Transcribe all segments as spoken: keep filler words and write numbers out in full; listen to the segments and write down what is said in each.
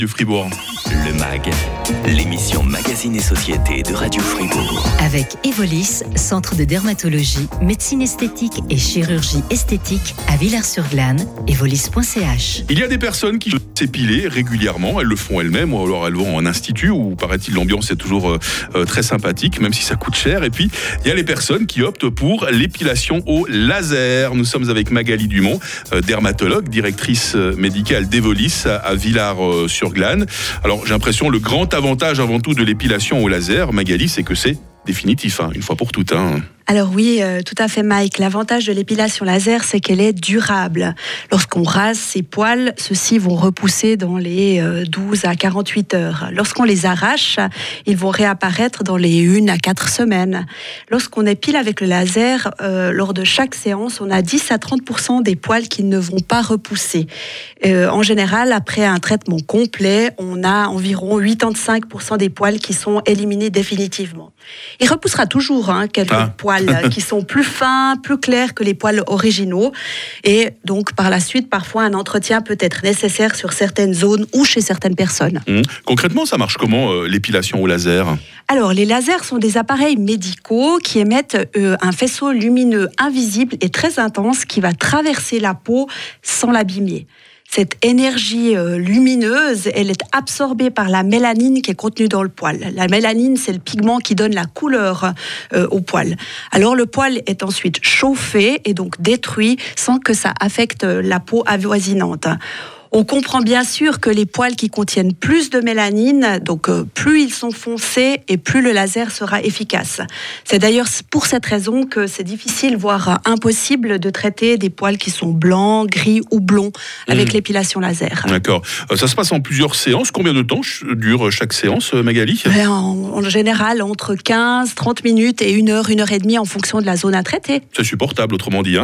Du Fribourg. Le M A G, l'émission Magazine et Société de Radio Fribourg. Avec Evolis, centre de dermatologie, médecine esthétique et chirurgie esthétique à Villars-sur-Glâne, evolis point c h. Il y a des personnes qui s'épiler régulièrement, elles le font elles-mêmes, ou alors elles vont en institut, où paraît-il l'ambiance est toujours euh, très sympathique, même si ça coûte cher. Et puis, il y a les personnes qui optent pour l'épilation au laser. Nous sommes avec Magali Dumont, euh, dermatologue, directrice médicale d'Evolis à, à Villars-sur-Glâne. Alors, j'ai l'impression, le grand avantage avant tout de l'épilation au laser, Magali, c'est que c'est définitif, hein, une fois pour toutes. Hein. Alors oui, euh, tout à fait Mike. L'avantage de l'épilation laser, c'est qu'elle est durable. Lorsqu'on rase ses poils, ceux-ci vont repousser dans les euh, douze à quarante-huit heures. Lorsqu'on les arrache, ils vont réapparaître dans les une à quatre semaines. Lorsqu'on épile avec le laser, euh, lors de chaque séance, on a dix à trente pour cent des poils qui ne vont pas repousser. Euh, en général, après un traitement complet, on a environ quatre-vingt-quinze pour cent des poils qui sont éliminés définitivement. Il repoussera toujours hein, quelques ah. poils qui sont plus fins, plus clairs que les poils originaux. Et donc, par la suite, parfois, un entretien peut être nécessaire sur certaines zones ou chez certaines personnes. Mmh. Concrètement, ça marche comment, euh, l'épilation au laser ? Alors, les lasers sont des appareils médicaux qui émettent euh, un faisceau lumineux invisible et très intense qui va traverser la peau sans l'abîmer. Cette énergie euh, lumineuse, elle est absorbée par la mélanine qui est contenue dans le poil. La mélanine, c'est le pigment qui donne la couleur euh, au poil. Alors le poil est ensuite chauffé et donc détruit sans que ça affecte la peau avoisinante. On comprend bien sûr que les poils qui contiennent plus de mélanine, donc euh, plus ils sont foncés et plus le laser sera efficace. C'est d'ailleurs pour cette raison que c'est difficile, voire impossible, de traiter des poils qui sont blancs, gris ou blonds avec mmh. l'épilation laser. D'accord. Ça se passe en plusieurs séances. Combien de temps dure chaque séance, Magali ? en, en général, entre quinze, trente minutes et une heure, une heure et demie en fonction de la zone à traiter. C'est supportable, autrement dit. Hein.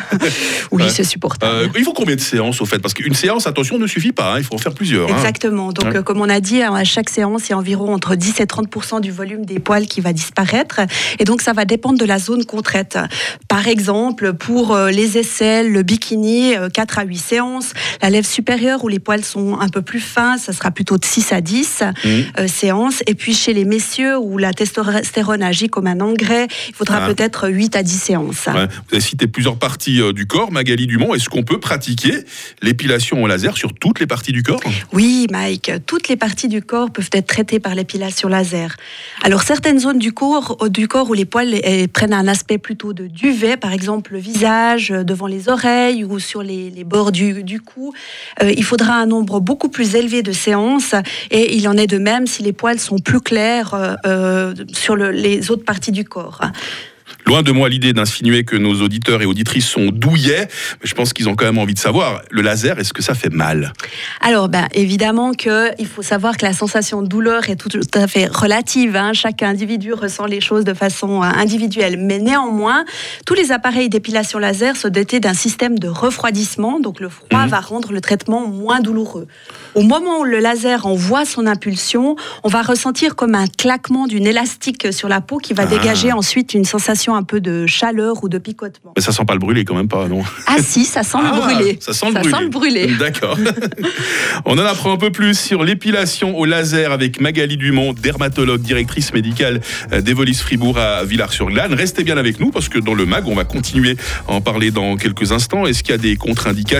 oui, ouais. c'est supportable. Euh, il faut combien de séances, au fait ? Parce qu'une séance, attention, ne suffit pas, hein, il faut en faire plusieurs. Exactement. Donc, ouais. euh, comme on a dit, à chaque séance, il y a environ entre dix et trente pour cent du volume des poils qui va disparaître. Et donc, ça va dépendre de la zone qu'on traite. Par exemple, pour euh, les aisselles, le bikini, euh, quatre à huit séances. La lèvre supérieure, où les poils sont un peu plus fins, ça sera plutôt de six à dix mmh. euh, séances. Et puis, chez les messieurs, où la testostérone agit comme un engrais, il faudra ah. peut-être huit à dix séances. Ouais. Vous avez cité plusieurs parties euh, du corps, Magali Dumont. Est-ce qu'on peut pratiquer l'épilation au laser sur toutes les parties du corps ? Oui, Mike, toutes les parties du corps peuvent être traitées par l'épilation laser. Alors, certaines zones du corps, du corps où les poils eh, prennent un aspect plutôt de duvet, par exemple le visage, devant les oreilles ou sur les, les bords du, du cou, euh, il faudra un nombre beaucoup plus élevé de séances et il en est de même si les poils sont plus clairs euh, sur le, les autres parties du corps. Loin de moi l'idée d'insinuer que nos auditeurs et auditrices sont douillets, mais je pense qu'ils ont quand même envie de savoir, le laser, est-ce que ça fait mal ? Alors, ben, évidemment qu'il faut savoir que la sensation de douleur est tout, tout à fait relative. Hein. Chaque individu ressent les choses de façon euh, individuelle. Mais néanmoins, tous les appareils d'épilation laser sont dotés d'un système de refroidissement. Donc, le froid mmh. va rendre le traitement moins douloureux. Au moment où le laser envoie son impulsion, on va ressentir comme un claquement d'une élastique sur la peau qui va ah. dégager ensuite une sensation un peu de chaleur ou de picotement. Mais ça sent pas le brûler quand même pas, non ? Ah si, ça sent ah, le brûler. Ça sent le ça brûler. Sent le brûler. D'accord. On en apprend un peu plus sur l'épilation au laser avec Magali Dumont, dermatologue, directrice médicale d'Evolis Fribourg à Villars-sur-Glâne. Restez bien avec nous parce que dans le M A G, on va continuer à en parler dans quelques instants. Est-ce qu'il y a des contre-indications ?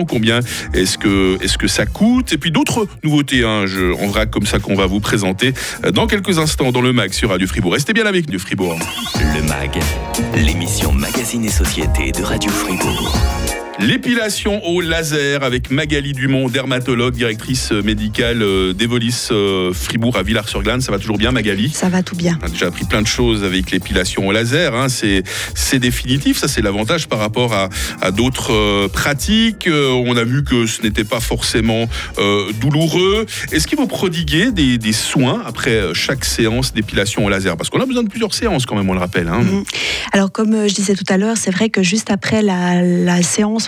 Combien est-ce que, est-ce que ça coûte ? Et puis d'autres nouveautés hein, je, en vrac comme ça qu'on va vous présenter dans quelques instants dans le M A G sur Radio Fribourg. Restez bien avec nous, Fribourg. Le M A G, l'émission Magazine et Société de Radio Fribourg. L'épilation au laser avec Magali Dumont, dermatologue, directrice médicale d'Evolis Fribourg à Villars-sur-Glâne. Ça va toujours bien, Magali ? Ça va tout bien. On a déjà appris plein de choses avec l'épilation au laser. Hein. C'est, c'est définitif. Ça, c'est l'avantage par rapport à, à d'autres euh, pratiques. Euh, on a vu que ce n'était pas forcément euh, douloureux. Est-ce qu'il faut prodiguer des, des soins après chaque séance d'épilation au laser ? Parce qu'on a besoin de plusieurs séances quand même, on le rappelle. Hein. Mmh. Alors, comme je disais tout à l'heure, c'est vrai que juste après la, la séance,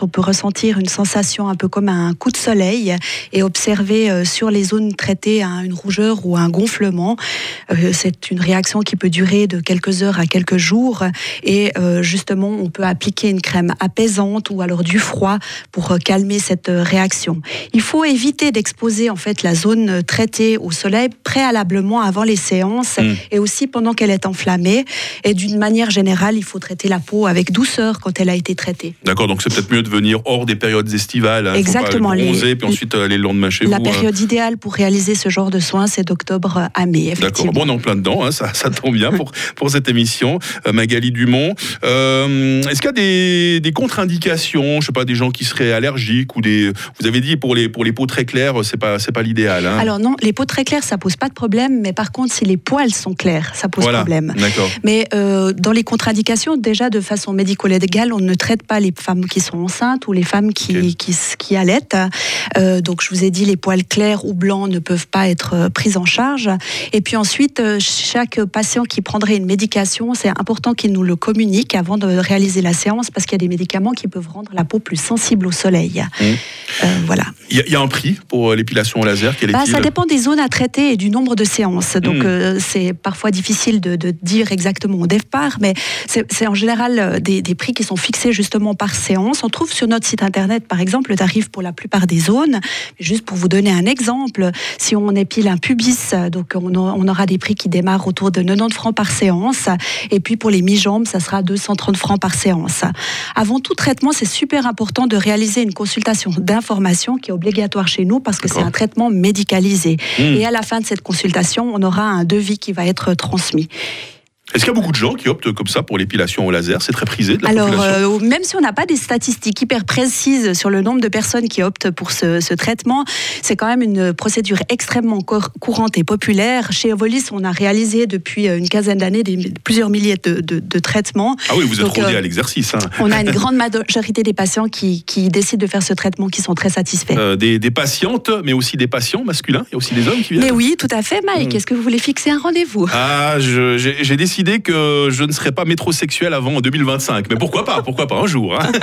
on peut ressentir une sensation un peu comme un coup de soleil et observer euh, sur les zones traitées hein, une rougeur ou un gonflement. Euh, c'est une réaction qui peut durer de quelques heures à quelques jours et euh, justement on peut appliquer une crème apaisante ou alors du froid pour euh, calmer cette euh, réaction. Il faut éviter d'exposer en fait la zone traitée au soleil préalablement avant les séances mmh. et aussi pendant qu'elle est enflammée. Et d'une manière générale, il faut traiter la peau avec douceur quand elle a été traitée. D'accord, donc c'est peut-être mieux de venir hors des périodes estivales. Hein, exactement. Faut pas bronzer, les, puis ensuite aller le lendemain chez la vous. La période hein. idéale pour réaliser ce genre de soins, c'est d'octobre à mai, effectivement. D'accord, bon, on est en plein dedans, hein, ça, ça tombe bien pour, pour cette émission. Euh, Magali Dumont, euh, est-ce qu'il y a des, des contre-indications, je sais pas, des gens qui seraient allergiques ou des... Vous avez dit pour les, pour les peaux très claires, c'est pas, c'est pas l'idéal. Hein. Alors non, les peaux très claires, ça pose pas de problème, mais par contre, si les poils sont clairs, ça pose voilà, problème. D'accord. Mais euh, dans les contre-indications, déjà de façon médico-légale, on ne traite pas les femmes qui sont enceintes ou les femmes qui, okay. qui, qui, qui allaitent. Euh, donc je vous ai dit, les poils clairs ou blancs ne peuvent pas être prises en charge. Et puis ensuite, chaque patient qui prendrait une médication, c'est important qu'il nous le communique avant de réaliser la séance parce qu'il y a des médicaments qui peuvent rendre la peau plus sensible au soleil. Mmh. Euh, voilà. Il y, y a un prix pour l'épilation au laser, quel bah, est-il ? Ça dépend des zones à traiter et du nombre de séances. Donc mmh. euh, c'est parfois difficile de, de dire exactement au départ, mais c'est, c'est en général des, des prix qui sont fixés justement par séance. On trouve sur notre site internet, par exemple, le tarif pour la plupart des zones. Juste pour vous donner un exemple, si on épile un pubis, donc on, on aura des prix qui démarrent autour de quatre-vingt-dix francs par séance. Et puis pour les mi-jambes, ça sera deux cent trente francs par séance. Avant tout traitement, c'est super important de réaliser une consultation d'information qui est obligatoire chez nous parce que D'accord. c'est un traitement médicalisé. Mmh. Et à la fin de cette consultation, on aura un devis qui va être transmis. Est-ce qu'il y a beaucoup de gens qui optent comme ça pour l'épilation au laser ? C'est très prisé de la Alors, population ? euh, même si on n'a pas des statistiques hyper précises sur le nombre de personnes qui optent pour ce, ce traitement, c'est quand même une procédure extrêmement cor- courante et populaire. Chez Evolis, on a réalisé depuis une quinzaine d'années des, plusieurs milliers de, de, de traitements. Ah oui, vous êtes Donc, rodé euh, à l'exercice. Hein. On a une grande majorité des patients qui, qui décident de faire ce traitement qui sont très satisfaits. Euh, des, des patientes, mais aussi des patients masculins. Il y a aussi des hommes qui viennent. Mais oui, tout à fait, Mike. Mmh. Est-ce que vous voulez fixer un rendez-vous ? Ah, je, j'ai, j'ai décidé que je ne serai pas métrosexuel avant deux mille vingt-cinq. Mais pourquoi pas ? Pourquoi pas un jour hein.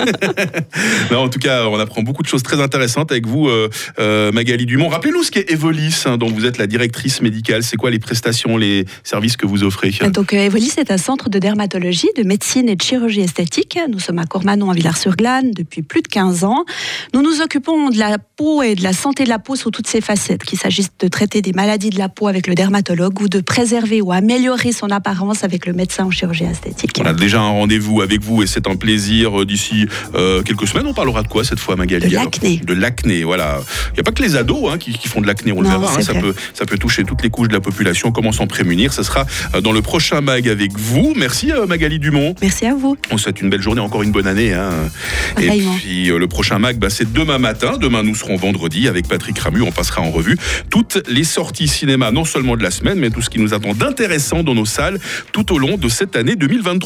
Non, en tout cas, on apprend beaucoup de choses très intéressantes avec vous, euh, euh, Magali Dumont. Rappelez-nous ce qu'est Evolis, hein, dont vous êtes la directrice médicale. C'est quoi les prestations, les services que vous offrez ? Donc, euh, Evolis est un centre de dermatologie, de médecine et de chirurgie esthétique. Nous sommes à Cormanon, à Villars-sur-Glâne, depuis plus de quinze ans. Nous nous occupons de la peau et de la santé de la peau sous toutes ses facettes, qu'il s'agisse de traiter des maladies de la peau avec le dermatologue ou de préserver ou améliorer son apparence avec le médecin en chirurgie esthétique. On a déjà un rendez-vous avec vous et c'est un plaisir d'ici euh, quelques semaines. On parlera de quoi cette fois, Magali ? De l'acné. De l'acné, voilà. Il n'y a pas que les ados hein, qui, qui font de l'acné, on non, le verra. Hein, ça, peut, ça peut toucher toutes les couches de la population. Comment s'en prémunir ? Ce sera dans le prochain mag avec vous. Merci euh, Magali Dumont. Merci à vous. On souhaite une belle journée, encore une bonne année. Hein. Et puis euh, le prochain mag, bah, c'est demain matin. Demain, nous serons vendredi avec Patrick Ramu. On passera en revue toutes les sorties cinéma, non seulement de la semaine, mais tout ce qui nous attend d'intéressant dans nos salles tout au long de cette année deux mille vingt-trois.